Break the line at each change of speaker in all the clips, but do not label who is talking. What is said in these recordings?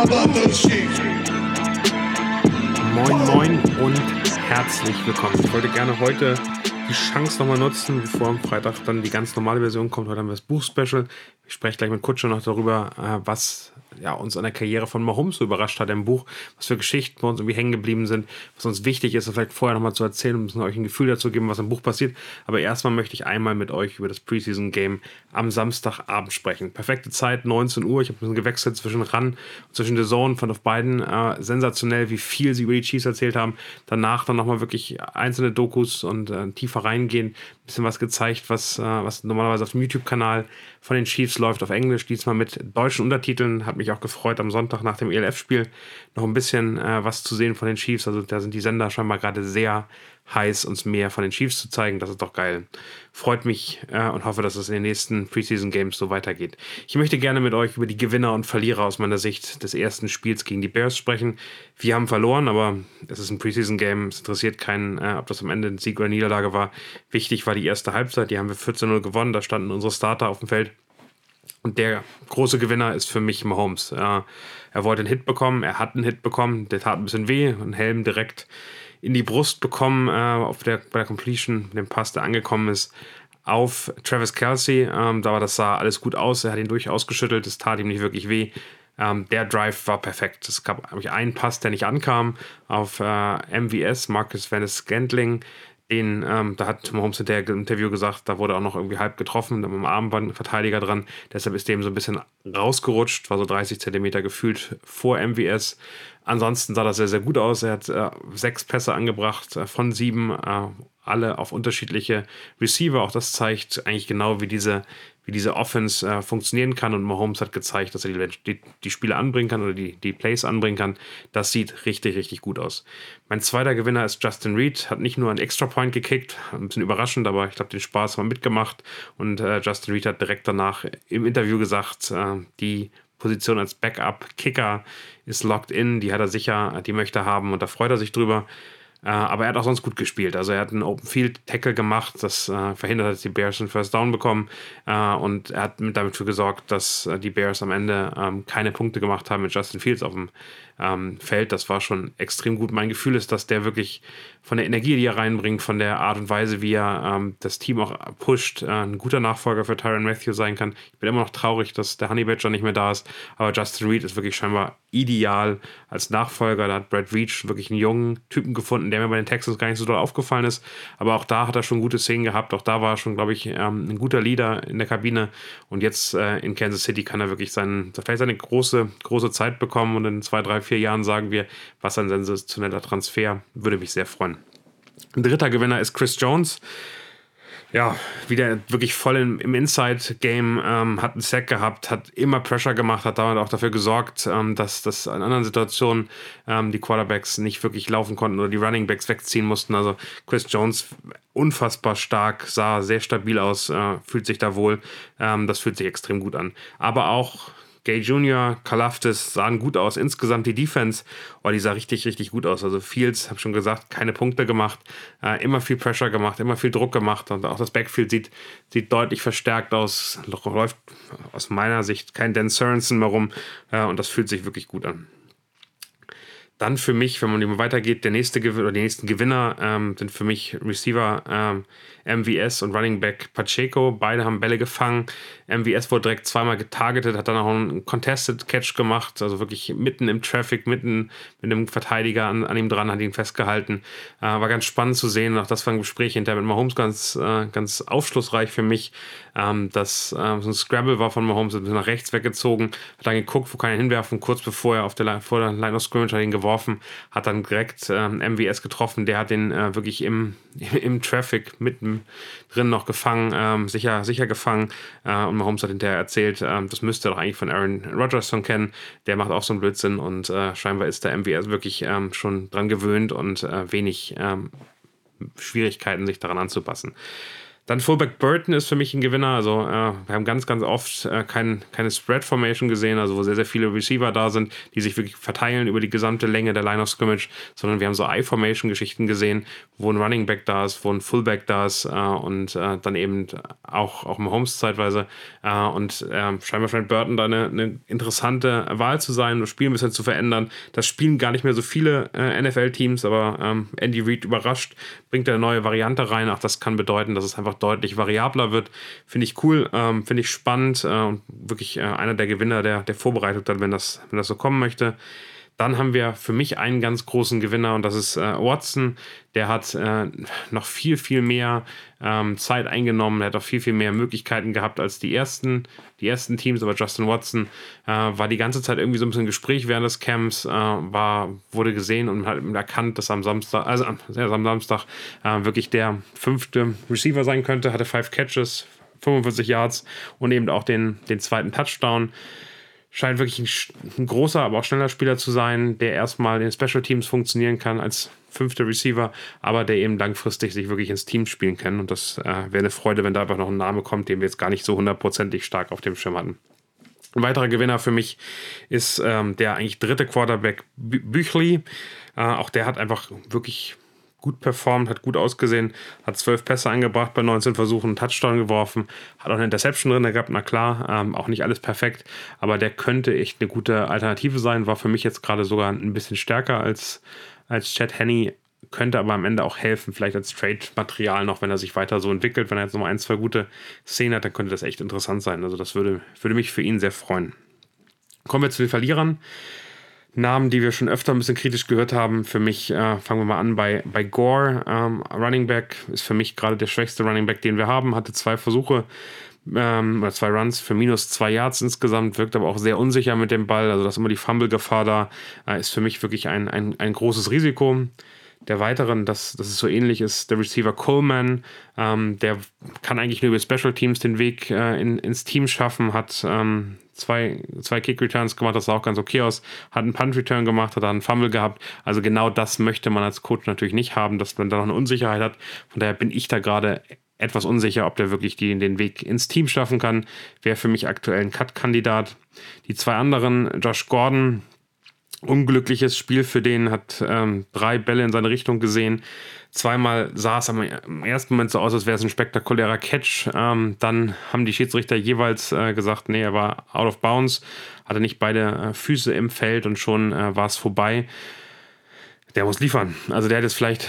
Moin Moin und herzlich willkommen. Ich wollte gerne heute die Chance nochmal nutzen, bevor am Freitag dann die ganz normale Version kommt. Heute haben wir das Buchspecial. Ich spreche gleich mit Kutscher noch darüber, was uns an der Karriere von Mahomes so überrascht hat im Buch, was für Geschichten bei uns irgendwie hängen geblieben sind, was uns wichtig ist, vielleicht vorher nochmal zu erzählen, um euch ein Gefühl dazu geben, was im Buch passiert. Aber erstmal möchte ich einmal mit euch über das Preseason-Game am Samstagabend sprechen. Perfekte Zeit, 19 Uhr. Ich habe ein bisschen gewechselt zwischen RAN und zwischen The Zone. Fand auf beiden sensationell, wie viel sie über die Chiefs erzählt haben. Danach dann nochmal wirklich einzelne Dokus und tiefer reingehen. Ein bisschen was gezeigt, was normalerweise auf dem YouTube-Kanal von den Chiefs läuft auf Englisch, diesmal mit deutschen Untertiteln. Hat mich auch gefreut, am Sonntag nach dem ELF-Spiel noch ein bisschen was zu sehen von den Chiefs. Also da sind die Sender scheinbar gerade sehr heiß, uns mehr von den Chiefs zu zeigen. Das ist doch geil. Freut mich und hoffe, dass es in den nächsten Preseason-Games so weitergeht. Ich möchte gerne mit euch über die Gewinner und Verlierer aus meiner Sicht des ersten Spiels gegen die Bears sprechen. Wir haben verloren, aber es ist ein Preseason-Game. Es interessiert keinen, ob das am Ende ein Sieg oder Niederlage war. Wichtig war die erste Halbzeit. Die haben wir 14-0 gewonnen. Da standen unsere Starter auf dem Feld. Und der große Gewinner ist für mich Mahomes. Er wollte einen Hit bekommen. Er hat einen Hit bekommen. Der tat ein bisschen weh. Einen Helm direkt in die Brust bekommen bei der Completion, dem Pass, der angekommen ist, auf Travis Kelce. Das sah alles gut aus. Er hat ihn durchaus geschüttelt. Es tat ihm nicht wirklich weh. Der Drive war perfekt. Es gab nämlich einen Pass, der nicht ankam, auf MVS, Marcus Valdes-Scantling. Da hat Mahomes in der Interview gesagt, da wurde auch noch irgendwie halb getroffen, da mit dem Armbandverteidiger dran. Deshalb ist dem so ein bisschen rausgerutscht, war so 30 Zentimeter gefühlt vor MVS. Ansonsten sah das sehr, sehr gut aus. Er hat 6 Pässe angebracht von 7, alle auf unterschiedliche Receiver. Auch das zeigt eigentlich genau, wie diese Offense funktionieren kann. Und Mahomes hat gezeigt, dass er die Spiele anbringen kann oder die Plays anbringen kann. Das sieht richtig, richtig gut aus. Mein zweiter Gewinner ist Justin Reed. Hat nicht nur einen Extra-Point gekickt, ein bisschen überraschend, aber ich glaube, den Spaß mal mitgemacht. Und Justin Reed hat direkt danach im Interview gesagt, die Position als Backup-Kicker ist locked in, die hat er sicher, die möchte er haben und da freut er sich drüber. Aber er hat auch sonst gut gespielt. Also er hat einen Open-Field-Tackle gemacht, das verhindert hat, dass die Bears einen First Down bekommen. Und er hat damit für gesorgt, dass die Bears am Ende keine Punkte gemacht haben mit Justin Fields auf dem Feld. Das war schon extrem gut. Mein Gefühl ist, dass der wirklich von der Energie, die er reinbringt, von der Art und Weise, wie er das Team auch pusht, ein guter Nachfolger für Tyrann Mathieu sein kann. Ich bin immer noch traurig, dass der Honey Badger nicht mehr da ist. Aber Justin Reed ist wirklich scheinbar ideal als Nachfolger. Da hat Brad Veach wirklich einen jungen Typen gefunden, der mir bei den Texans gar nicht so doll aufgefallen ist. Aber auch da hat er schon gute Szenen gehabt. Auch da war er schon, glaube ich, ein guter Leader in der Kabine. Und jetzt in Kansas City kann er wirklich vielleicht seine große Zeit bekommen. Und in 2, 3, 4 Jahren sagen wir, was ein sensationeller Transfer. Würde mich sehr freuen. Ein dritter Gewinner ist Chris Jones. Ja, wieder wirklich voll im Inside-Game, hat einen Sack gehabt, hat immer Pressure gemacht, hat damit auch dafür gesorgt, dass in anderen Situationen die Quarterbacks nicht wirklich laufen konnten oder die Running Backs wegziehen mussten. Also Chris Jones unfassbar stark, sah sehr stabil aus, fühlt sich da wohl. Das fühlt sich extrem gut an. Aber auch Gay Jr., Karlaftis sahen gut aus. Insgesamt die Defense, die sah richtig, richtig gut aus. Also Fields, habe schon gesagt, keine Punkte gemacht, immer viel Pressure gemacht, immer viel Druck gemacht. Und auch das Backfield sieht deutlich verstärkt aus. Läuft aus meiner Sicht kein Dan Sorensen mehr rum. Und das fühlt sich wirklich gut an. Dann für mich, wenn man weitergeht, die nächsten Gewinner sind für mich Receiver MVS und Running Back Pacheco. Beide haben Bälle gefangen. MVS wurde direkt zweimal getargetet, hat dann auch einen Contested Catch gemacht, also wirklich mitten im Traffic, mitten mit einem Verteidiger an ihm dran, hat ihn festgehalten. War ganz spannend zu sehen. Auch das war ein Gespräch hinterher mit Mahomes ganz aufschlussreich für mich. Dass so ein Scrabble war von Mahomes, ein bisschen nach rechts weggezogen, hat dann geguckt, wo kann er hinwerfen. Kurz bevor er vor der Line of Scrimmage hat ihn geworfen, hat dann direkt MVS getroffen. Der hat den wirklich im Traffic mitten drin noch gefangen, sicher gefangen. Und Mahomes hat hinterher erzählt, das müsste er doch eigentlich von Aaron Rodgers schon kennen. Der macht auch so einen Blödsinn und scheinbar ist der MVS wirklich schon dran gewöhnt und wenig Schwierigkeiten, sich daran anzupassen. Dann Fullback Burton ist für mich ein Gewinner. Also wir haben ganz, ganz oft keine Spread-Formation gesehen, also wo sehr, sehr viele Receiver da sind, die sich wirklich verteilen über die gesamte Länge der Line of Scrimmage, sondern wir haben so I-Formation-Geschichten gesehen, wo ein Running Back da ist, wo ein Fullback da ist und dann eben auch Mahomes zeitweise. Und scheinbar scheint Burton da eine interessante Wahl zu sein, das Spiel ein bisschen zu verändern. Das spielen gar nicht mehr so viele NFL-Teams, aber Andy Reid überrascht, bringt eine neue Variante rein. Auch das kann bedeuten, dass es einfach deutlich variabler wird. Finde ich cool, finde ich spannend und wirklich einer der Gewinner der Vorbereitung dann, wenn das so kommen möchte. Dann haben wir für mich einen ganz großen Gewinner und das ist Watson. Der hat noch viel, viel mehr Zeit eingenommen. Der hat auch viel, viel mehr Möglichkeiten gehabt als die ersten Teams. Aber Justin Watson war die ganze Zeit irgendwie so ein bisschen Gespräch während des Camps, wurde gesehen und hat erkannt, dass am Samstag wirklich der 5. Receiver sein könnte. Hatte 5 Catches, 45 Yards und eben auch den 2. Touchdown. Scheint wirklich ein großer, aber auch schneller Spieler zu sein, der erstmal in Special Teams funktionieren kann als 5. Receiver, aber der eben langfristig sich wirklich ins Team spielen kann. Und das wäre eine Freude, wenn da einfach noch ein Name kommt, den wir jetzt gar nicht so 100%ig stark auf dem Schirm hatten. Ein weiterer Gewinner für mich ist der eigentlich 3. Quarterback Büchli. Auch der hat einfach wirklich gut performt, hat gut ausgesehen, hat 12 Pässe angebracht bei 19 Versuchen, einen Touchdown geworfen, hat auch eine Interception drin gehabt, na klar, auch nicht alles perfekt, aber der könnte echt eine gute Alternative sein, war für mich jetzt gerade sogar ein bisschen stärker als Chad Henne, könnte aber am Ende auch helfen, vielleicht als Trade-Material noch, wenn er sich weiter so entwickelt, wenn er jetzt nochmal 1, 2 gute Szenen hat, dann könnte das echt interessant sein, also das würde mich für ihn sehr freuen. Kommen wir zu den Verlierern. Namen, die wir schon öfter ein bisschen kritisch gehört haben. Für mich fangen wir mal an bei Gore. Running Back ist für mich gerade der schwächste Running Back, den wir haben. Hatte 2 Versuche oder 2 Runs für -2 Yards insgesamt. Wirkt aber auch sehr unsicher mit dem Ball. Also da ist immer die Fumble-Gefahr da. Ist für mich wirklich ein großes Risiko. Der Weiteren, dass es so ähnlich ist, der Receiver Coleman, der kann eigentlich nur über Special Teams den Weg ins Team schaffen, hat 2 Kick-Returns gemacht, das sah auch ganz okay aus, hat einen Punt-Return gemacht, hat da einen Fumble gehabt, also genau das möchte man als Coach natürlich nicht haben, dass man da noch eine Unsicherheit hat, von daher bin ich da gerade etwas unsicher, ob der wirklich den Weg ins Team schaffen kann, wäre für mich aktuell ein Cut-Kandidat. Die 2 anderen, Josh Gordon, unglückliches Spiel für den, hat 3 Bälle in seine Richtung gesehen. Zweimal sah es im ersten Moment so aus, als wäre es ein spektakulärer Catch. Dann haben die Schiedsrichter jeweils gesagt, nee, er war out of bounds, hatte nicht beide Füße im Feld und schon war es vorbei. Der muss liefern. Also der hat jetzt vielleicht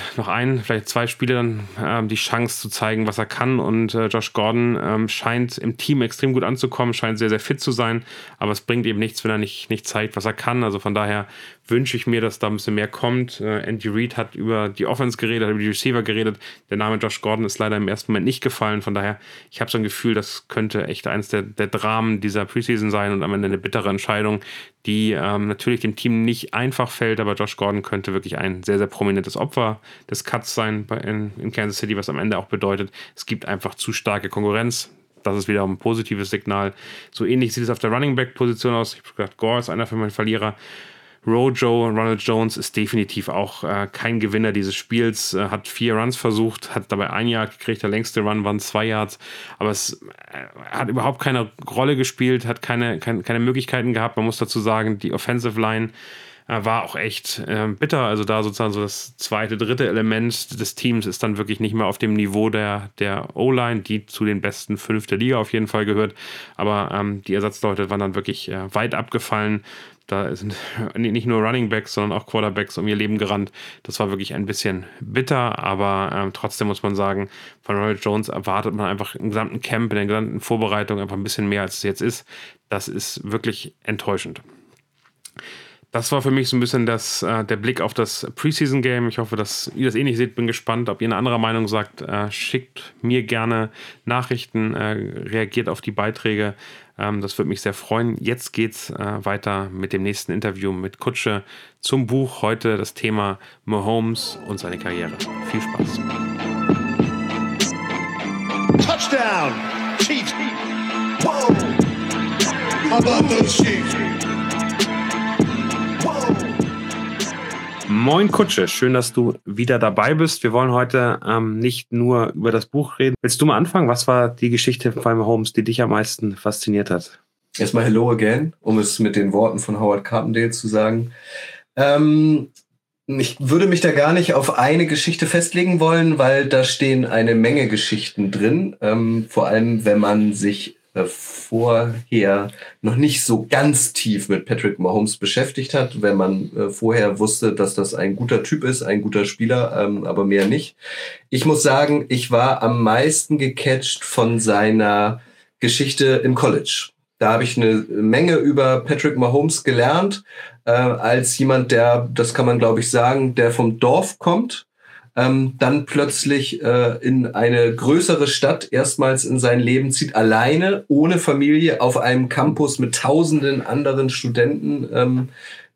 2 Spiele dann die Chance zu zeigen, was er kann. Und Josh Gordon scheint im Team extrem gut anzukommen, scheint sehr, sehr fit zu sein. Aber es bringt eben nichts, wenn er nicht zeigt, was er kann. Also von daher wünsche ich mir, dass da ein bisschen mehr kommt. Andy Reid hat über die Offense geredet, hat über die Receiver geredet. Der Name Josh Gordon ist leider im ersten Moment nicht gefallen. Von daher, ich habe so ein Gefühl, das könnte echt eins der Dramen dieser Preseason sein und am Ende eine bittere Entscheidung, die natürlich dem Team nicht einfach fällt, aber Josh Gordon könnte wirklich ein sehr, sehr prominentes Opfer des Cuts sein in Kansas City, was am Ende auch bedeutet, es gibt einfach zu starke Konkurrenz. Das ist wieder ein positives Signal. So ähnlich sieht es auf der Running Back Position aus. Ich habe gesagt, Gore ist einer von meinen Verlierer. Rojo, Ronald Jones ist definitiv auch kein Gewinner dieses Spiels, hat 4 Runs versucht, hat dabei 1 Yard gekriegt, der längste Run waren 2 Yards, aber es hat überhaupt keine Rolle gespielt, hat keine Möglichkeiten gehabt. Man muss dazu sagen, die Offensive Line war auch echt bitter, also da sozusagen so das 2., 3. Element des Teams ist dann wirklich nicht mehr auf dem Niveau der O-Line, die zu den besten 5 der Liga auf jeden Fall gehört, aber die Ersatzleute waren dann wirklich weit abgefallen. Da sind nicht nur Running Backs, sondern auch Quarterbacks um ihr Leben gerannt. Das war wirklich ein bisschen bitter, aber trotzdem muss man sagen, von Ronald Jones erwartet man einfach im gesamten Camp, in der gesamten Vorbereitung einfach ein bisschen mehr, als es jetzt ist. Das ist wirklich enttäuschend. Das war für mich so ein bisschen der Blick auf das Preseason-Game. Ich hoffe, dass ihr das ähnlich seht. Bin gespannt, ob ihr eine andere Meinung sagt. Schickt mir gerne Nachrichten, reagiert auf die Beiträge. Das würde mich sehr freuen. Jetzt geht's weiter mit dem nächsten Interview mit Kutsche zum Buch. Heute das Thema Mahomes und seine Karriere. Viel Spaß.
Touchdown, Chiefs. Whoa. How about those Chiefs?
Moin Kutsche, schön, dass du wieder dabei bist. Wir wollen heute nicht nur über das Buch reden. Willst du mal anfangen? Was war die Geschichte von Mahomes, die dich am meisten fasziniert hat?
Erstmal hello again, um es mit den Worten von Howard Carpendale zu sagen. Ich würde mich da gar nicht auf eine Geschichte festlegen wollen, weil da stehen eine Menge Geschichten drin. Vor allem, wenn man sich vorher noch nicht so ganz tief mit Patrick Mahomes beschäftigt hat, wenn man vorher wusste, dass das ein guter Typ ist, ein guter Spieler, aber mehr nicht. Ich muss sagen, ich war am meisten gecatcht von seiner Geschichte im College. Da habe ich eine Menge über Patrick Mahomes gelernt, als jemand, der, das kann man glaube ich sagen, der vom Dorf kommt, dann plötzlich in eine größere Stadt erstmals in sein Leben zieht, alleine, ohne Familie, auf einem Campus mit tausenden anderen Studenten.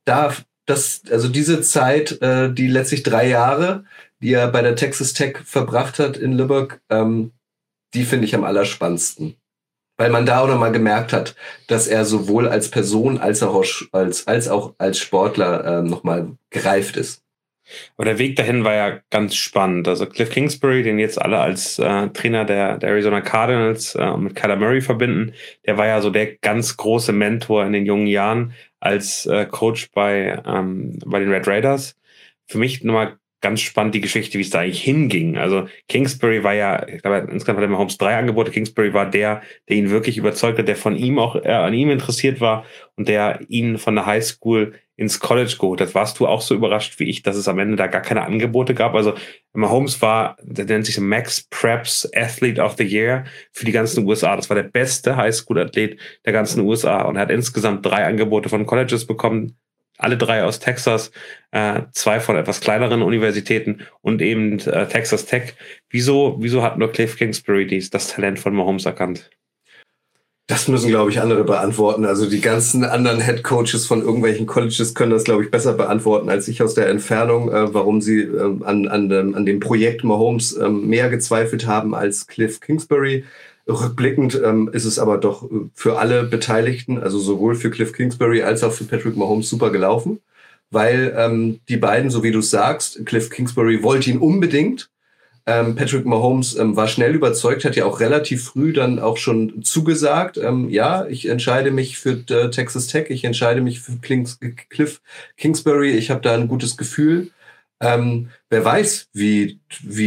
Also diese Zeit, die letztlich 3 Jahre, die er bei der Texas Tech verbracht hat in Lubbock, die finde ich am allerspannendsten. Weil man da auch nochmal gemerkt hat, dass er sowohl als Person als auch als Sportler nochmal gereift ist.
Aber der Weg dahin war ja ganz spannend. Also Cliff Kingsbury, den jetzt alle als Trainer der Arizona Cardinals mit Kyler Murray verbinden, der war ja so der ganz große Mentor in den jungen Jahren als Coach bei den Red Raiders. Für mich nochmal ganz spannend die Geschichte, wie es da eigentlich hinging. Also Kingsbury war ja, ich glaube, insgesamt hat er Mahomes 3 Angebote. Kingsbury war der ihn wirklich überzeugt hat, der von ihm auch an ihm interessiert war und der ihn von der Highschool ins College geholt hat. Warst du auch so überrascht wie ich, dass es am Ende da gar keine Angebote gab? Also Mahomes war, der nennt sich so Max Preps Athlete of the Year für die ganzen USA. Das war der beste Highschool-Athlet der ganzen USA und er hat insgesamt 3 Angebote von Colleges bekommen. Alle 3 aus Texas, 2 von etwas kleineren Universitäten und eben Texas Tech. Wieso hat nur Cliff Kingsbury das Talent von Mahomes erkannt?
Das müssen, glaube ich, andere beantworten. Also die ganzen anderen Head Coaches von irgendwelchen Colleges können das, glaube ich, besser beantworten als ich aus der Entfernung, warum sie an dem Projekt Mahomes mehr gezweifelt haben als Cliff Kingsbury. Rückblickend ist es aber doch für alle Beteiligten, also sowohl für Cliff Kingsbury als auch für Patrick Mahomes super gelaufen, weil die beiden, so wie du es sagst, Cliff Kingsbury wollte ihn unbedingt. Patrick Mahomes war schnell überzeugt, hat ja auch relativ früh dann auch schon zugesagt, ja, ich entscheide mich für Texas Tech, ich entscheide mich für Cliff Kingsbury, ich habe da ein gutes Gefühl. Wer weiß, wie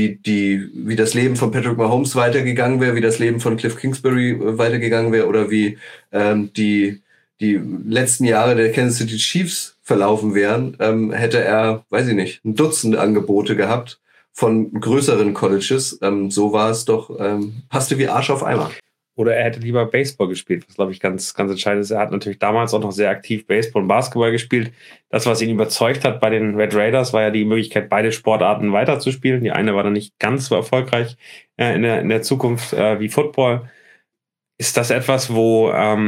das Leben von Patrick Mahomes weitergegangen wäre, wie das Leben von Cliff Kingsbury weitergegangen wäre oder wie die letzten Jahre der Kansas City Chiefs verlaufen wären, hätte er, weiß ich nicht, ein Dutzend Angebote gehabt von größeren Colleges. So war es doch, passte wie Arsch auf Eimer.
Oder er hätte lieber Baseball gespielt, was, glaube ich, ganz, ganz entscheidend ist. Er hat natürlich damals auch noch sehr aktiv Baseball und Basketball gespielt. Das, was ihn überzeugt hat bei den Red Raiders, war ja die Möglichkeit, beide Sportarten weiterzuspielen. Die eine war dann nicht ganz so erfolgreich in der Zukunft wie Football. Ist das etwas, wo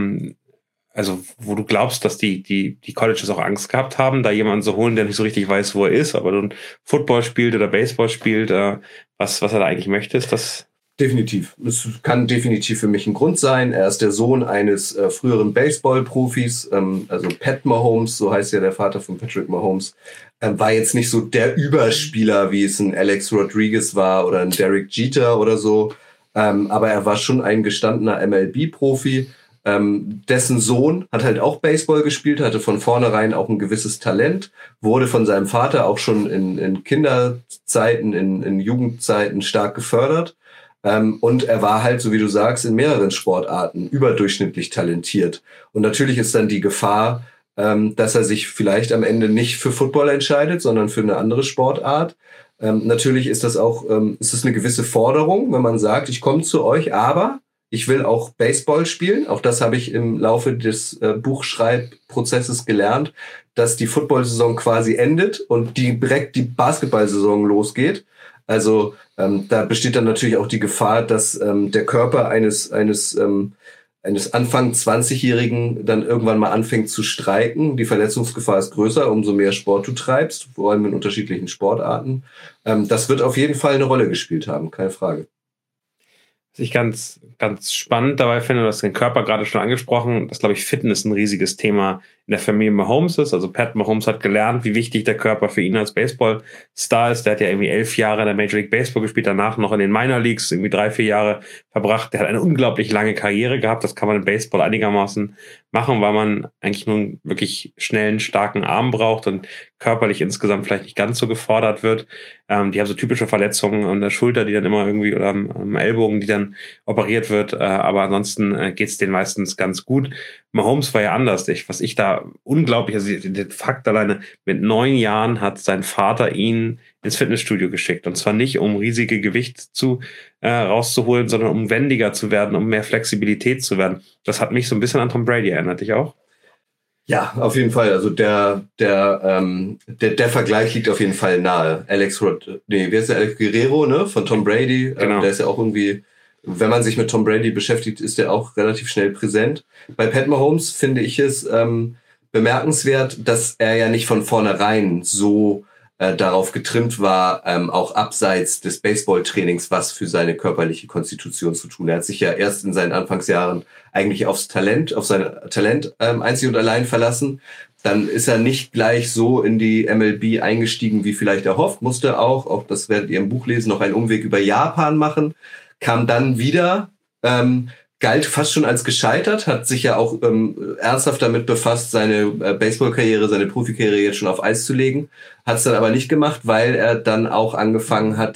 du glaubst, dass die Colleges auch Angst gehabt haben, da jemanden zu holen, der nicht so richtig weiß, wo er ist, aber dann Football spielt oder Baseball spielt, was er da eigentlich möchte? Ist das...
Definitiv. Es kann definitiv für mich ein Grund sein. Er ist der Sohn eines früheren Baseball-Profis, also Pat Mahomes, so heißt ja der Vater von Patrick Mahomes, war jetzt nicht so der Überspieler, wie es ein Alex Rodriguez war oder ein Derek Jeter oder so, aber er war schon ein gestandener MLB-Profi. Dessen Sohn hat halt auch Baseball gespielt, hatte von vornherein auch ein gewisses Talent, wurde von seinem Vater auch schon in Kinderzeiten, in Jugendzeiten stark gefördert. Und er war halt, so wie du sagst, in mehreren Sportarten überdurchschnittlich talentiert. Und natürlich ist dann die Gefahr, dass er sich vielleicht am Ende nicht für Football entscheidet, sondern für eine andere Sportart. Natürlich ist das auch ist es eine gewisse Forderung, wenn man sagt, ich komme zu euch, aber ich will auch Baseball spielen. Auch das habe ich im Laufe des Buchschreibprozesses gelernt, dass die Football-Saison quasi endet und direkt die Basketball-Saison losgeht. Also da besteht dann natürlich auch die Gefahr, dass der Körper eines Anfang 20-Jährigen dann irgendwann mal anfängt zu streiken. Die Verletzungsgefahr ist größer, umso mehr Sport du treibst, vor allem in unterschiedlichen Sportarten. Das wird auf jeden Fall eine Rolle gespielt haben, keine Frage.
Was ich ganz, ganz spannend dabei finde, du hast den Körper gerade schon angesprochen, dass, glaube ich, Fitness ein riesiges Thema in der Familie Mahomes ist. Also Pat Mahomes hat gelernt, wie wichtig der Körper für ihn als Baseball-Star ist. Der hat ja irgendwie 11 Jahre in der Major League Baseball gespielt, danach noch in den Minor Leagues irgendwie 3-4 Jahre verbracht. Der hat eine unglaublich lange Karriere gehabt. Das kann man im Baseball einigermaßen machen, weil man eigentlich nur einen wirklich schnellen, starken Arm braucht und körperlich insgesamt vielleicht nicht ganz so gefordert wird. Die haben so typische Verletzungen an der Schulter, die dann immer irgendwie, oder am Ellbogen, die dann operiert wird. Aber ansonsten geht's denen meistens ganz gut. Mahomes war ja anders. Was ich da unglaublich, also den Fakt alleine, mit 9 Jahren hat sein Vater ihn ins Fitnessstudio geschickt. Und zwar nicht, um riesige Gewichte rauszuholen, sondern um wendiger zu werden, um mehr Flexibilität zu werden. Das hat mich so ein bisschen an Tom Brady erinnert. Dich auch?
Ja, auf jeden Fall. Also der Vergleich liegt auf jeden Fall nahe. Alex Guerrero, ne, von Tom Brady.
Genau.
Der ist ja auch irgendwie, wenn man sich mit Tom Brady beschäftigt, ist der auch relativ schnell präsent. Bei Pat Mahomes finde ich es bemerkenswert, dass er ja nicht von vornherein so darauf getrimmt war, auch abseits des Baseballtrainings was für seine körperliche Konstitution zu tun. Er hat sich ja erst in seinen Anfangsjahren eigentlich auf sein Talent einzig und allein verlassen. Dann ist er nicht gleich so in die MLB eingestiegen, wie vielleicht erhofft, musste auch das werdet ihr im Buch lesen, noch einen Umweg über Japan machen, kam dann wieder, galt fast schon als gescheitert, hat sich ja auch ernsthaft damit befasst, seine Baseballkarriere, seine Profikarriere jetzt schon auf Eis zu legen, hat es dann aber nicht gemacht, weil er dann auch angefangen hat,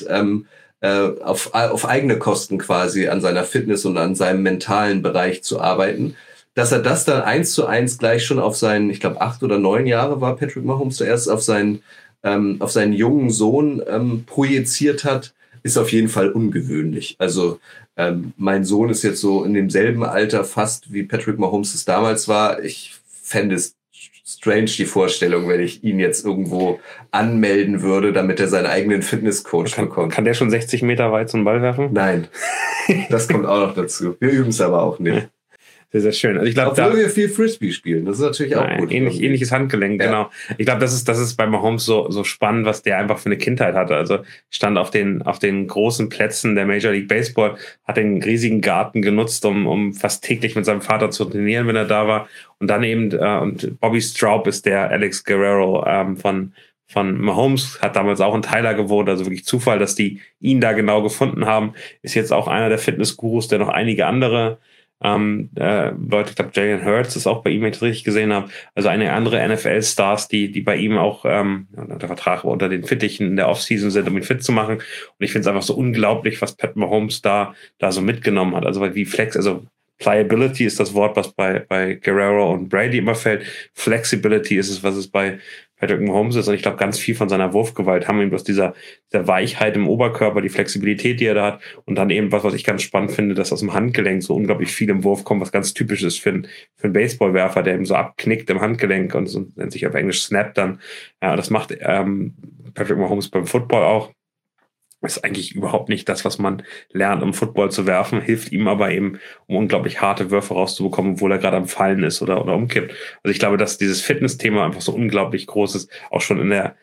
auf eigene Kosten quasi an seiner Fitness und an seinem mentalen Bereich zu arbeiten. Dass er das dann 1:1 gleich schon auf seinen, ich glaube 8 oder 9 Jahre war Patrick Mahomes zuerst, auf seinen jungen Sohn projiziert hat, ist auf jeden Fall ungewöhnlich. Also mein Sohn ist jetzt so in demselben Alter fast, wie Patrick Mahomes es damals war. Ich fände es strange, die Vorstellung, wenn ich ihn jetzt irgendwo anmelden würde, damit er seinen eigenen Fitnesscoach bekommt.
Kann der schon 60 Meter weit zum Ball werfen?
Nein, das kommt auch noch dazu. Wir üben es aber auch nicht.
Sehr, sehr schön. Also ich glaube,
obwohl wir viel Frisbee spielen, das ist natürlich auch gut.
Ähnliches Handgelenk, ja. Genau. Ich glaube, das ist bei Mahomes so spannend, was der einfach für eine Kindheit hatte. Also stand auf den großen Plätzen der Major League Baseball, hat den riesigen Garten genutzt, um fast täglich mit seinem Vater zu trainieren, wenn er da war. Und dann eben, und Bobby Straub ist der Alex Guerrero von Mahomes, hat damals auch in Tyler gewohnt, also wirklich Zufall, dass die ihn da genau gefunden haben. Ist jetzt auch einer der Fitnessgurus, der noch einige andere Leute, ich glaube Jalen Hurts ist auch bei ihm, wenn ich das richtig gesehen habe, also eine andere NFL-Stars, die bei ihm auch der Vertrag unter den Fittichen in der Offseason sind, um ihn fit zu machen. Und ich finde es einfach so unglaublich, was Pat Mahomes da so mitgenommen hat. Also Pliability ist das Wort, was bei Guerrero und Brady immer fällt. Flexibility ist es, was es bei Patrick Mahomes ist. Und ich glaube, ganz viel von seiner Wurfgewalt haben wir ihm bloß dieser Weichheit im Oberkörper, die Flexibilität, die er da hat. Und dann eben was ich ganz spannend finde, dass aus dem Handgelenk so unglaublich viel im Wurf kommt, was ganz typisch ist für einen Baseballwerfer, der eben so abknickt im Handgelenk und so nennt sich auf Englisch Snap dann. Ja, das macht Patrick Mahomes beim Football auch. Ist eigentlich überhaupt nicht das, was man lernt, um Football zu werfen, hilft ihm aber eben, um unglaublich harte Würfe rauszubekommen, obwohl er gerade am Fallen ist oder umkippt. Also ich glaube, dass dieses Fitness-Thema einfach so unglaublich groß ist, auch schon in der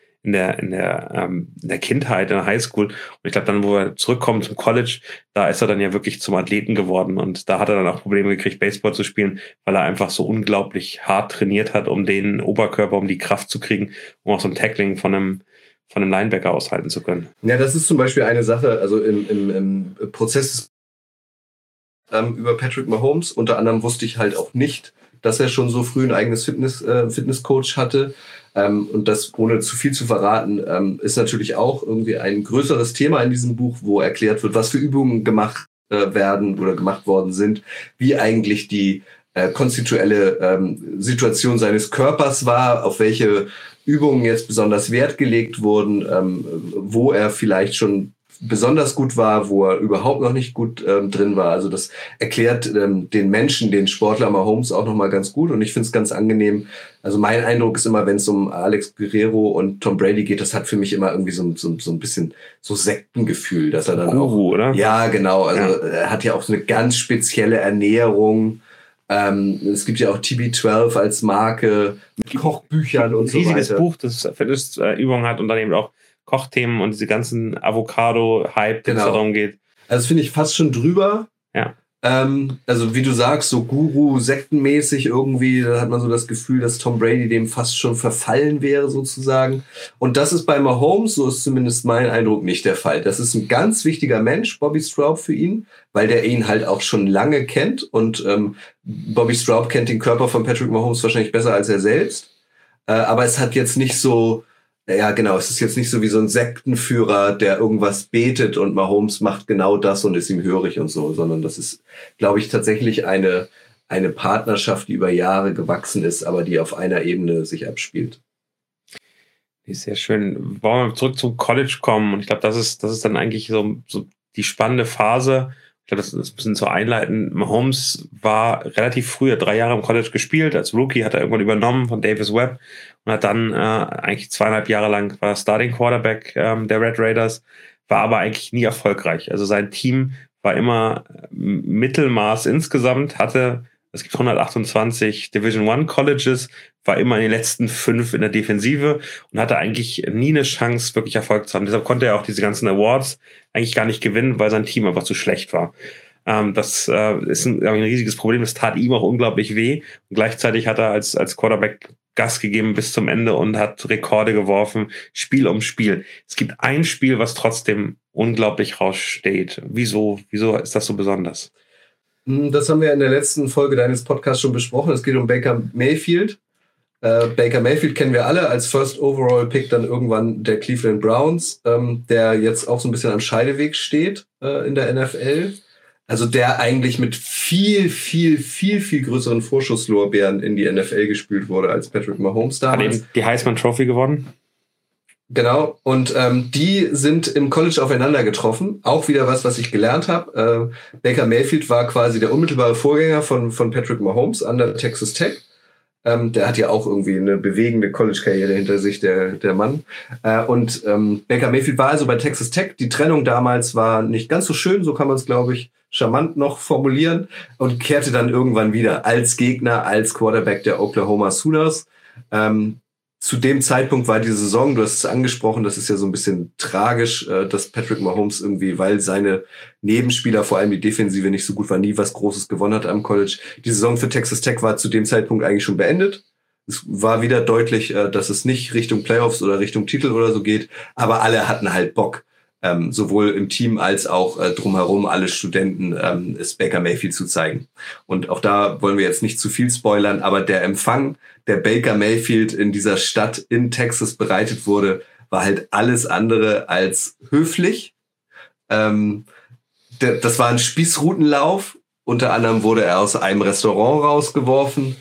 Kindheit, in der Highschool. Und ich glaube, dann, wo wir zurückkommen zum College, da ist er dann ja wirklich zum Athleten geworden und da hat er dann auch Probleme gekriegt, Baseball zu spielen, weil er einfach so unglaublich hart trainiert hat, um den Oberkörper, um die Kraft zu kriegen, um auch so ein Tackling von einem Linebacker aushalten zu können.
Ja, das ist zum Beispiel eine Sache, also im Prozess über Patrick Mahomes, unter anderem wusste ich halt auch nicht, dass er schon so früh ein eigenes Fitnesscoach hatte. Und das, ohne zu viel zu verraten, ist natürlich auch irgendwie ein größeres Thema in diesem Buch, wo erklärt wird, was für Übungen gemacht werden oder gemacht worden sind, wie eigentlich die konstituelle Situation seines Körpers war, auf welche Übungen jetzt besonders Wert gelegt wurden, wo er vielleicht schon besonders gut war, wo er überhaupt noch nicht gut drin war. Also das erklärt den Menschen, den Sportler Mahomes auch nochmal ganz gut und ich finde es ganz angenehm. Also mein Eindruck ist immer, wenn es um Alex Guerrero und Tom Brady geht, das hat für mich immer irgendwie so ein bisschen so Sektengefühl, dass er dann
Guru,
auch...
oder?
Ja, genau. Also er hat ja auch so eine ganz spezielle Ernährung. Es gibt ja auch TB12 als Marke mit Kochbüchern und so weiter. Ein riesiges
Buch, das Fitnessübungen hat und dann eben auch Kochthemen und diese ganzen Avocado-Hype, die es darum geht.
Also das finde ich fast schon drüber.
Ja.
Also wie du sagst, so Guru-sektenmäßig irgendwie, da hat man so das Gefühl, dass Tom Brady dem fast schon verfallen wäre sozusagen. Und das ist bei Mahomes, so ist zumindest mein Eindruck, nicht der Fall. Das ist ein ganz wichtiger Mensch, Bobby Straub, für ihn, weil der ihn halt auch schon lange kennt. Und Bobby Straub kennt den Körper von Patrick Mahomes wahrscheinlich besser als er selbst. Aber es hat jetzt nicht so... Ja, genau. Es ist jetzt nicht so wie so ein Sektenführer, der irgendwas betet und Mahomes macht genau das und ist ihm hörig und so, sondern das ist, glaube ich, tatsächlich eine Partnerschaft, die über Jahre gewachsen ist, aber die auf einer Ebene sich abspielt.
Ist sehr schön. Wollen wir zurück zum College kommen? Und ich glaube, das ist dann eigentlich so die spannende Phase. Ich glaube, das ist ein bisschen zu einleiten. Mahomes war relativ früh, hat 3 Jahre im College gespielt. Als Rookie hat er irgendwann übernommen von Davis Webb und hat dann eigentlich 2,5 Jahre lang war Starting Quarterback der Red Raiders, war aber eigentlich nie erfolgreich. Also sein Team war immer Mittelmaß insgesamt, es gibt 128 Division I Colleges, war immer in den letzten 5 in der Defensive und hatte eigentlich nie eine Chance, wirklich Erfolg zu haben. Deshalb konnte er auch diese ganzen Awards eigentlich gar nicht gewinnen, weil sein Team einfach zu schlecht war. Das ist ein riesiges Problem. Das tat ihm auch unglaublich weh. Und gleichzeitig hat er als Quarterback Gas gegeben bis zum Ende und hat Rekorde geworfen, Spiel um Spiel. Es gibt ein Spiel, was trotzdem unglaublich raussteht. Wieso ist das so besonders?
Das haben wir in der letzten Folge deines Podcasts schon besprochen. Es geht um Baker Mayfield. Baker Mayfield kennen wir alle als First Overall Pick dann irgendwann der Cleveland Browns, der jetzt auch so ein bisschen am Scheideweg steht in der NFL. Also der eigentlich mit viel größeren Vorschusslorbeeren in die NFL gespült wurde als Patrick Mahomes damals.
Hat eben die Heisman Trophy gewonnen.
Genau, und die sind im College aufeinander getroffen. Auch wieder was ich gelernt habe. Baker Mayfield war quasi der unmittelbare Vorgänger von Patrick Mahomes an der Texas Tech. Der hat ja auch irgendwie eine bewegende College-Karriere hinter sich, der Mann. Und Baker Mayfield war also bei Texas Tech. Die Trennung damals war nicht ganz so schön, so kann man es, glaube ich, charmant noch formulieren. Und kehrte dann irgendwann wieder als Gegner, als Quarterback der Oklahoma Sooners. Zu dem Zeitpunkt war die Saison, du hast es angesprochen, das ist ja so ein bisschen tragisch, dass Patrick Mahomes irgendwie, weil seine Nebenspieler, vor allem die Defensive, nicht so gut war, nie was Großes gewonnen hat am College. Die Saison für Texas Tech war zu dem Zeitpunkt eigentlich schon beendet. Es war wieder deutlich, dass es nicht Richtung Playoffs oder Richtung Titel oder so geht, aber alle hatten halt Bock, sowohl im Team als auch drumherum, alle Studenten, es Baker Mayfield zu zeigen. Und auch da wollen wir jetzt nicht zu viel spoilern, aber der Empfang, der Baker Mayfield in dieser Stadt in Texas bereitet wurde, war halt alles andere als höflich. Das war ein Spießrutenlauf. Unter anderem wurde er aus einem Restaurant rausgeworfen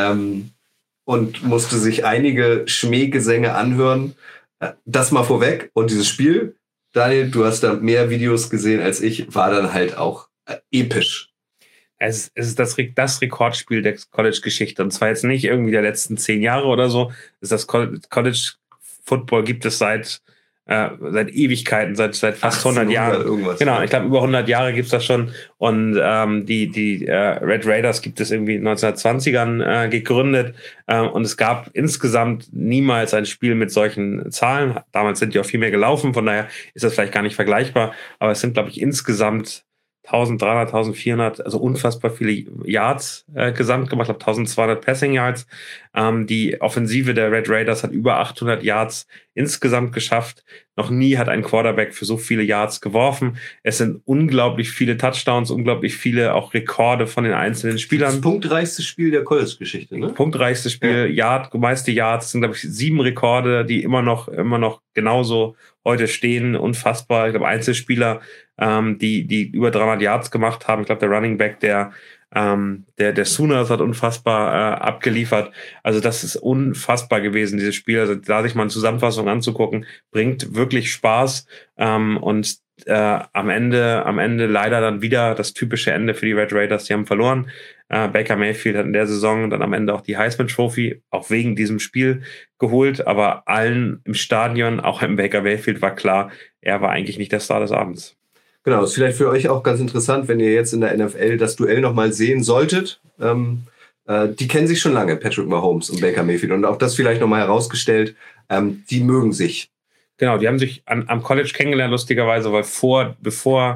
und musste sich einige Schmähgesänge anhören. Das mal vorweg. Und dieses Spiel, Daniel, du hast da mehr Videos gesehen als ich, war dann halt auch episch.
Es ist das Rekordspiel der College-Geschichte. Und zwar jetzt nicht irgendwie der letzten 10 Jahre oder so. Das College-Football gibt es seit Ewigkeiten, seit fast 100 Jahren. Genau, ja. Ich glaube, über 100 Jahre gibt es das schon. Und die Red Raiders gibt es irgendwie in den 1920ern gegründet. Und es gab insgesamt niemals ein Spiel mit solchen Zahlen. Damals sind die auch viel mehr gelaufen, von daher ist das vielleicht gar nicht vergleichbar. Aber es sind, glaube ich, insgesamt 1300, 1400, also unfassbar viele Yards gesamt gemacht. Ich glaube, 1200 Passing Yards. Die Offensive der Red Raiders hat über 800 Yards insgesamt geschafft. Noch nie hat ein Quarterback für so viele Yards geworfen. Es sind unglaublich viele Touchdowns, unglaublich viele auch Rekorde von den einzelnen Spielern.
Das punktreichste Spiel der College-Geschichte, ne?
Punktreichste Spiel, ja. Meiste Yards. Das sind, glaube ich, 7 Rekorde, die immer noch genauso heute stehen. Unfassbar. Ich glaube, Einzelspieler, die über 300 Yards gemacht haben. Ich glaube, der Running Back, der Sooners hat unfassbar abgeliefert. Also das ist unfassbar gewesen, dieses Spiel. Also da sich mal eine Zusammenfassung anzugucken, bringt wirklich Spaß. Und am Ende leider dann wieder das typische Ende für die Red Raiders. Die haben verloren. Baker Mayfield hat in der Saison dann am Ende auch die Heisman Trophy, auch wegen diesem Spiel, geholt. Aber allen im Stadion, auch im Baker Mayfield, war klar, er war eigentlich nicht der Star des Abends.
Genau, ist vielleicht für euch auch ganz interessant, wenn ihr jetzt in der NFL das Duell nochmal sehen solltet. Die kennen sich schon lange, Patrick Mahomes und Baker Mayfield. Und auch das vielleicht nochmal herausgestellt, die mögen sich.
Genau, die haben sich am College kennengelernt, lustigerweise, weil bevor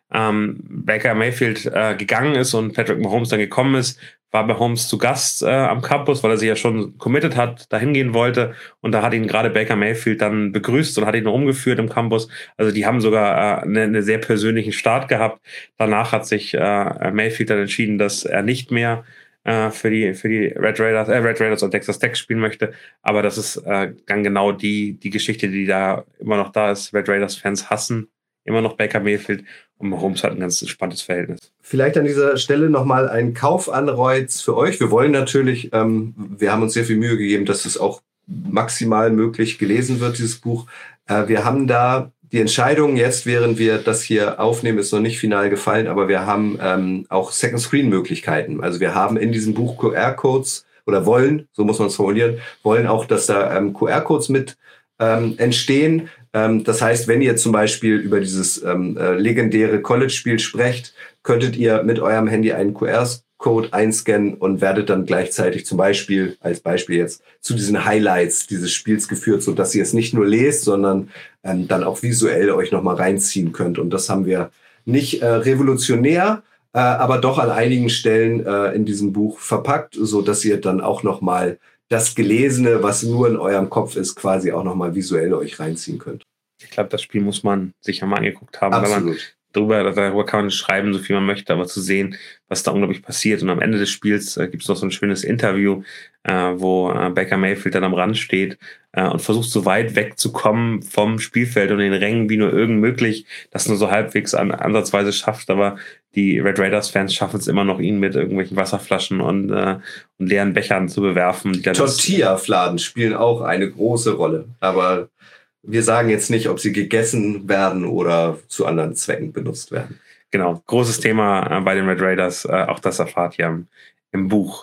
Baker Mayfield gegangen ist und Patrick Mahomes dann gekommen ist, war Mahomes zu Gast am Campus, weil er sich ja schon committed hat, dahin gehen wollte. Und da hat ihn gerade Baker Mayfield dann begrüßt und hat ihn rumgeführt im Campus. Also die haben sogar einen sehr persönlichen Start gehabt. Danach hat sich Mayfield dann entschieden, dass er nicht mehr für die Red Raiders und Texas Tech spielen möchte. Aber das ist dann genau die Geschichte, die da immer noch da ist. Red Raiders-Fans hassen immer noch Baker Mayfield und Mahomes hat ein ganz entspanntes Verhältnis.
Vielleicht an dieser Stelle nochmal ein Kaufanreiz für euch. Wir wollen natürlich, wir haben uns sehr viel Mühe gegeben, dass es auch maximal möglich gelesen wird, dieses Buch. Wir haben da die Entscheidung jetzt, während wir das hier aufnehmen, ist noch nicht final gefallen, aber wir haben auch Second-Screen-Möglichkeiten. Also wir haben in diesem Buch QR-Codes oder wollen, so muss man es formulieren, wollen auch, dass da QR-Codes mit entstehen. Das heißt, wenn ihr zum Beispiel über dieses legendäre College-Spiel sprecht, könntet ihr mit eurem Handy einen QR-Code einscannen und werdet dann gleichzeitig zum Beispiel, als Beispiel jetzt, zu diesen Highlights dieses Spiels geführt, sodass ihr es nicht nur lest, sondern dann auch visuell euch nochmal reinziehen könnt. Und das haben wir nicht revolutionär, aber doch an einigen Stellen in diesem Buch verpackt, sodass ihr dann auch nochmal das Gelesene, was nur in eurem Kopf ist, quasi auch nochmal visuell euch reinziehen könnt.
Ich glaube, das Spiel muss man sich ja mal angeguckt haben.
Absolut.
Darüber kann man schreiben, so viel man möchte, aber zu sehen, was da unglaublich passiert. Und am Ende des Spiels gibt es noch so ein schönes Interview, wo Baker Mayfield dann am Rand steht und versucht, so weit wegzukommen vom Spielfeld und den Rängen wie nur irgend möglich, das nur so halbwegs ansatzweise schafft. Aber die Red Raiders-Fans schaffen es immer noch, ihn mit irgendwelchen Wasserflaschen und leeren Bechern zu bewerfen.
Tortilla-Fladen spielen auch eine große Rolle, aber wir sagen jetzt nicht, ob sie gegessen werden oder zu anderen Zwecken benutzt werden.
Genau, großes Thema bei den Red Raiders. Auch das erfahrt ihr im Buch.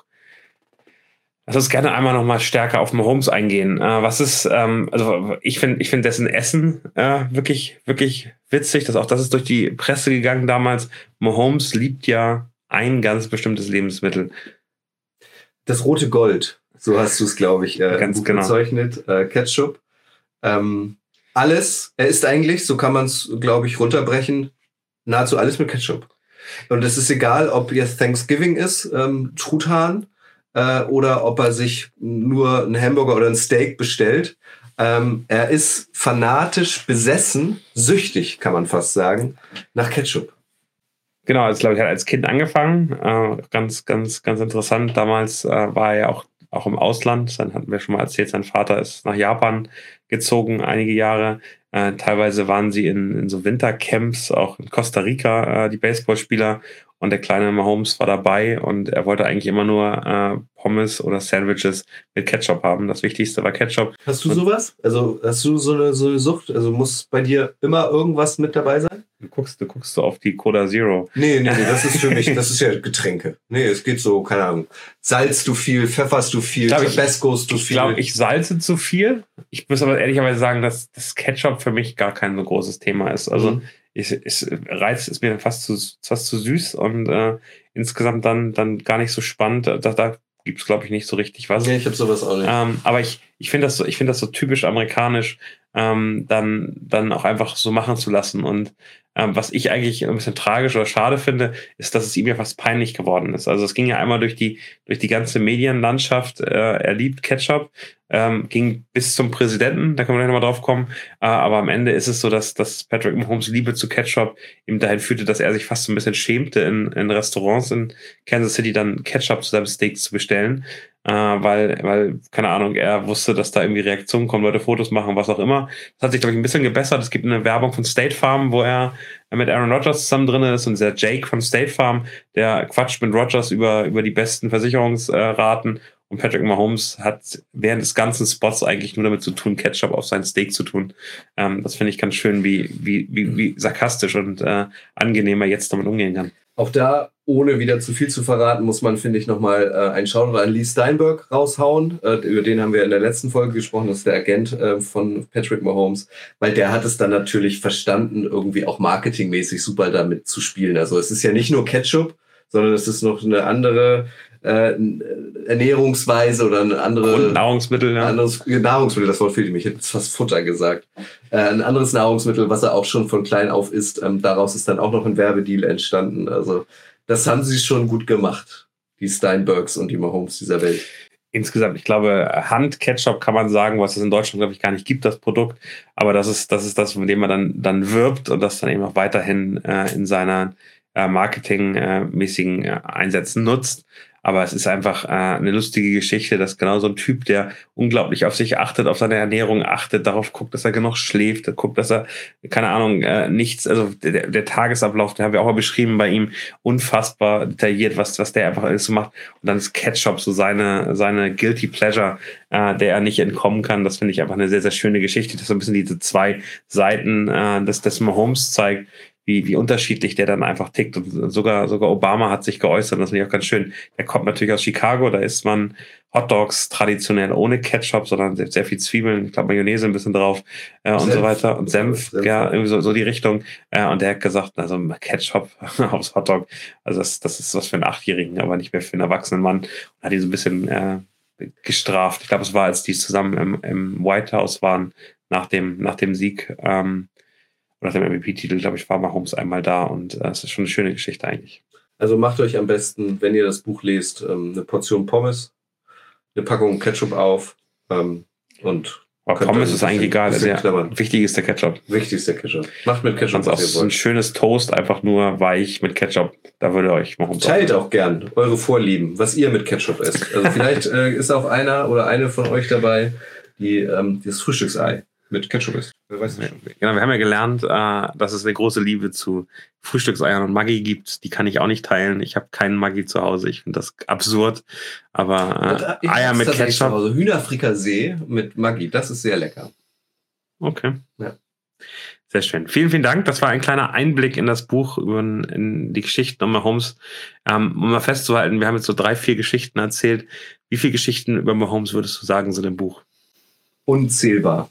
Lass uns gerne einmal noch mal stärker auf Mahomes eingehen. Was ist, also ich finde dessen Essen wirklich, wirklich witzig. Das ist durch die Presse gegangen damals. Mahomes liebt ja ein ganz bestimmtes Lebensmittel.
Das rote Gold, so hast du es, glaube ich,
ganz genau
bezeichnet. Ketchup. Alles, er isst eigentlich, so kann man es, glaube ich, runterbrechen, nahezu alles mit Ketchup. Und es ist egal, ob jetzt Thanksgiving ist, Truthahn, oder ob er sich nur einen Hamburger oder ein Steak bestellt. Er ist fanatisch besessen, süchtig, kann man fast sagen, nach Ketchup.
Genau, also glaube ich, hat als Kind angefangen. Ganz, ganz, ganz interessant. Damals war er ja auch im Ausland. Dann hatten wir schon mal erzählt, sein Vater ist nach Japan gezogen, einige Jahre. Teilweise waren sie in so Wintercamps, auch in Costa Rica, die Baseballspieler. Und der kleine Mahomes war dabei und er wollte eigentlich immer nur Pommes oder Sandwiches mit Ketchup haben. Das Wichtigste war Ketchup.
Hast du sowas? Also hast du so eine Sucht? Also muss bei dir immer irgendwas mit dabei sein?
Du guckst so auf die Cola Zero.
Nee, das ist für mich, das ist ja Getränke. Nee, es geht so, keine Ahnung. Salzt du viel, pfefferst du viel, Tabascos du viel?
Ich glaube, ich salze zu viel. Ich muss aber ehrlicherweise sagen, dass das Ketchup für mich gar kein so großes Thema ist. Also Reiz ist mir fast zu süß und insgesamt dann gar nicht so spannend. Da gibt es, glaube ich, nicht so richtig was.
Nee, ich habe sowas auch nicht.
Aber ich finde das so typisch amerikanisch, dann auch einfach so machen zu lassen. Und was ich eigentlich ein bisschen tragisch oder schade finde, ist, dass es ihm ja fast peinlich geworden ist. Also es ging ja einmal durch die ganze Medienlandschaft. Er liebt Ketchup, ging bis zum Präsidenten, da können wir gleich nochmal drauf kommen. Aber am Ende ist es so, dass Patrick Mahomes Liebe zu Ketchup ihm dahin führte, dass er sich fast so ein bisschen schämte, in Restaurants in Kansas City dann Ketchup zu seinem Steak zu bestellen. Weil, keine Ahnung, er wusste, dass da irgendwie Reaktionen kommen, Leute Fotos machen, was auch immer. Das hat sich, glaube ich, ein bisschen gebessert. Es gibt eine Werbung von State Farm, wo er mit Aaron Rodgers zusammen drin ist und dieser Jake von State Farm, der quatscht mit Rodgers über die besten Versicherungsraten. Und Patrick Mahomes hat während des ganzen Spots eigentlich nur damit zu tun, Ketchup auf sein Steak zu tun. Das finde ich ganz schön, wie sarkastisch und angenehm er jetzt damit umgehen kann.
Auch da, ohne wieder zu viel zu verraten, muss man, finde ich, nochmal einen Shoutout an Lee Steinberg raushauen. Über den haben wir in der letzten Folge gesprochen. Das ist der Agent von Patrick Mahomes. Weil der hat es dann natürlich verstanden, irgendwie auch marketingmäßig super damit zu spielen. Also es ist ja nicht nur Ketchup, sondern es ist noch eine andere Ernährungsweise oder eine andere
Nahrungsmittel, ja.
Anderes Nahrungsmittel, das Wort fehlt mir, ich hätte fast Futter gesagt. Ein anderes Nahrungsmittel, was er auch schon von klein auf isst. Daraus ist dann auch noch ein Werbedeal entstanden. Also das haben sie schon gut gemacht, die Steinbergs und die Mahomes dieser Welt.
Insgesamt, ich glaube, Hand-Ketchup kann man sagen, was es in Deutschland, glaube ich, gar nicht gibt, das Produkt. Aber das ist das, mit dem man dann wirbt und das dann eben auch weiterhin in seiner marketingmäßigen Einsätzen nutzt. Aber es ist einfach eine lustige Geschichte, dass genau so ein Typ, der unglaublich auf sich achtet, auf seine Ernährung achtet, darauf guckt, dass er genug schläft, guckt, dass er, keine Ahnung, nichts, also der Tagesablauf, den haben wir auch mal beschrieben bei ihm, unfassbar detailliert, was der einfach alles so macht. Und dann ist Ketchup so seine Guilty Pleasure, der er nicht entkommen kann. Das finde ich einfach eine sehr, sehr schöne Geschichte, dass so ein bisschen diese zwei Seiten des Mahomes zeigt, wie unterschiedlich der dann einfach tickt. Und sogar Obama hat sich geäußert, das finde ich auch ganz schön. Der kommt natürlich aus Chicago, da isst man Hotdogs traditionell ohne Ketchup, sondern sehr viel Zwiebeln, ich glaube Mayonnaise ein bisschen drauf und so weiter. Und Senf, ja, irgendwie so die Richtung. Und der hat gesagt, also Ketchup aufs Hotdog, also das ist was für einen 8-Jährigen, aber nicht mehr für einen erwachsenen Mann. Und hat ihn so ein bisschen gestraft. Ich glaube, es war, als die zusammen im White House waren, nach dem Sieg, nach dem MVP-Titel, glaube ich, war Mahomes einmal da und es ist schon eine schöne Geschichte eigentlich.
Also macht euch am besten, wenn ihr das Buch lest, eine Portion Pommes, eine Packung Ketchup auf und
aber Pommes ist eigentlich egal. Wichtig ist der Ketchup.
Wichtig ist der Ketchup. Macht mit Ketchup,
was ihr wollt. Ein schönes Toast, einfach nur weich mit Ketchup. Da würde euch Mahomes
teilt auch gern eure Vorlieben, was ihr mit Ketchup esst. Also vielleicht ist auch einer oder eine von euch dabei, die das Frühstücksei mit Ketchup ist.
Wer weiß nicht. Genau, wir haben ja gelernt, dass es eine große Liebe zu Frühstückseiern und Maggi gibt. Die kann ich auch nicht teilen. Ich habe keinen Maggi zu Hause. Ich finde das absurd. Aber Eier mit Ketchup.
Also Hühnerfrikassee mit Maggi, das ist sehr lecker.
Okay.
Ja.
Sehr schön. Vielen, vielen Dank. Das war ein kleiner Einblick in das Buch, in die Geschichten um Mahomes. Um mal festzuhalten, wir haben jetzt so 3-4 Geschichten erzählt. Wie viele Geschichten über Mahomes würdest du sagen, sind im Buch?
Unzählbar.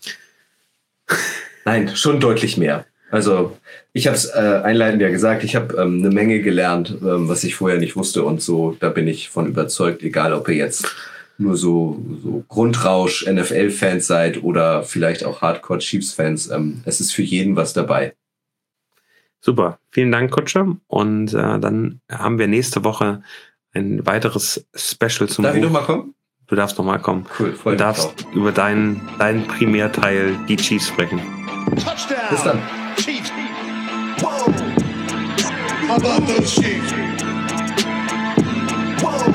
Nein, schon deutlich mehr. Also ich habe es einleitend ja gesagt, ich habe eine Menge gelernt, was ich vorher nicht wusste und so, da bin ich von überzeugt, egal ob ihr jetzt nur so Grundrausch NFL-Fans seid oder vielleicht auch Hardcore-Chiefs-Fans, es ist für jeden was dabei.
Super, vielen Dank, Kutscher. Und dann haben wir nächste Woche ein weiteres Special zum Buch.
Darf ich nochmal kommen?
Du darfst nochmal kommen.
Cool,
du darfst über deinen Primärteil, die Chiefs, sprechen.
Touchdown.
Bis dann.
Chiefs. Whoa. How about those Chiefs? Whoa.